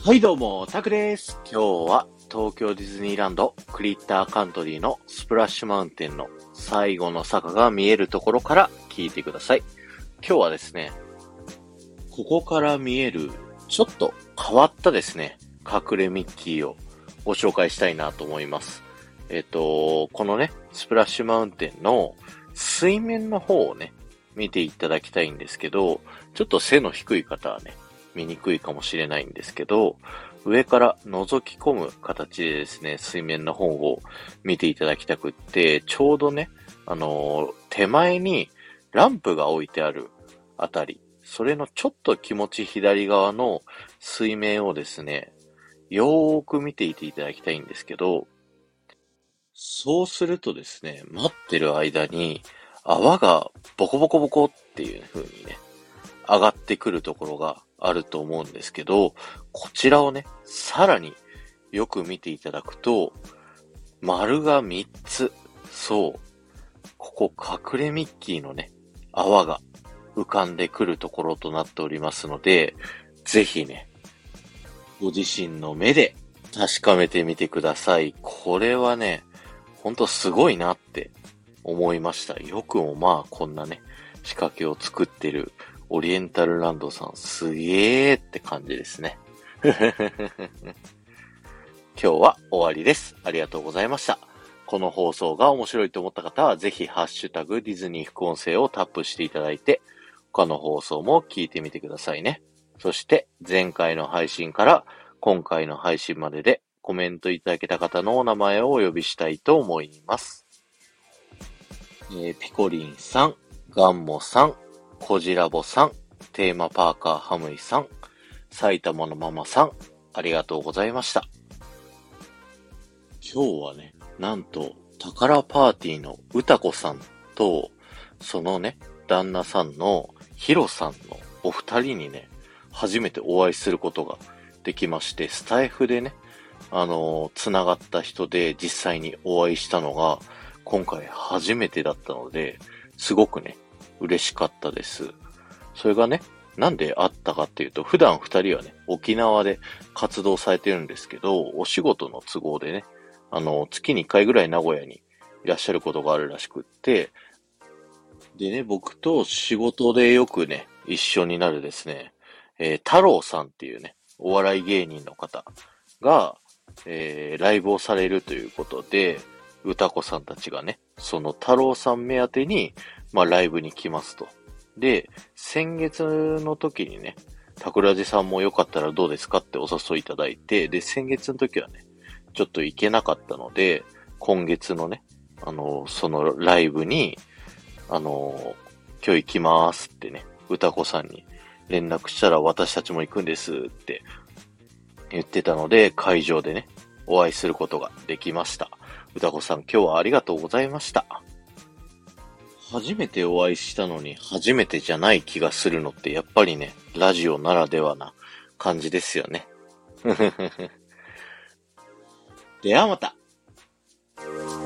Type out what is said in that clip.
はいどうも、タクです。今日は東京ディズニーランドクリッターカントリーのスプラッシュマウンテンの最後の坂が見えるところから聞いてください。今日はですね、ここから見えるちょっと変わったですね、隠れミッキーをご紹介したいなと思います。このね、スプラッシュマウンテンの水面の方をね、見ていただきたいんですけど、ちょっと背の低い方はね、見にくいかもしれないんですけど、上から覗き込む形でですね、水面の方を見ていただきたくって、ちょうどね、手前にランプが置いてあるあたり、それのちょっと気持ち左側の水面をですね、よーく見ていていただきたいんですけど、そうするとですね、待ってる間に泡がボコボコボコっていう風にね、上がってくるところがあると思うんですけど、こちらをね、さらによく見ていただくと、丸が3つ。そう。ここ隠れミッキーのね、泡が浮かんでくるところとなっておりますので、ぜひね、ご自身の目で確かめてみてください。これはね、ほんとすごいなって思いました。よくもまあこんなね、仕掛けを作ってるオリエンタルランドさんすげーって感じですね。今日は終わりです。ありがとうございました。この放送が面白いと思った方はぜひハッシュタグディズニー副音声をタップしていただいて他の放送も聞いてみてくださいね。そして前回の配信から今回の配信まででコメントいただけた方のお名前をお呼びしたいと思います。ピコリンさん、ガンモさん、コジラボさん、テーマパーカーハムイさん、埼玉のママさん、ありがとうございました。今日はね、なんと、宝パーティーの歌子さんと、そのね、旦那さんのヒロさんのお二人にね、初めてお会いすることができまして、スタイフでね、つながった人で実際にお会いしたのが、今回初めてだったので、すごくね、嬉しかったです。それがね、なんであったかっていうと、普段二人はね、沖縄で活動されてるんですけど、お仕事の都合でね、月に1回ぐらい名古屋にいらっしゃることがあるらしくって、でね、僕と仕事でよくね、一緒になるですね、太郎さんっていうね、お笑い芸人の方が、ライブをされるということで、歌子さんたちがね、その太郎さん目当てに、まあライブに来ますと。で、先月の時にね、桜地さんもよかったらどうですかってお誘いいただいて、で、先月の時はね、ちょっと行けなかったので、今月のね、そのライブに、今日行きますってね、歌子さんに連絡したら私たちも行くんですって言ってたので、会場でね、お会いすることができました。歌子さん、今日はありがとうございました。初めてお会いしたのに初めてじゃない気がするのってやっぱりね、ラジオならではな感じですよね。ではまた。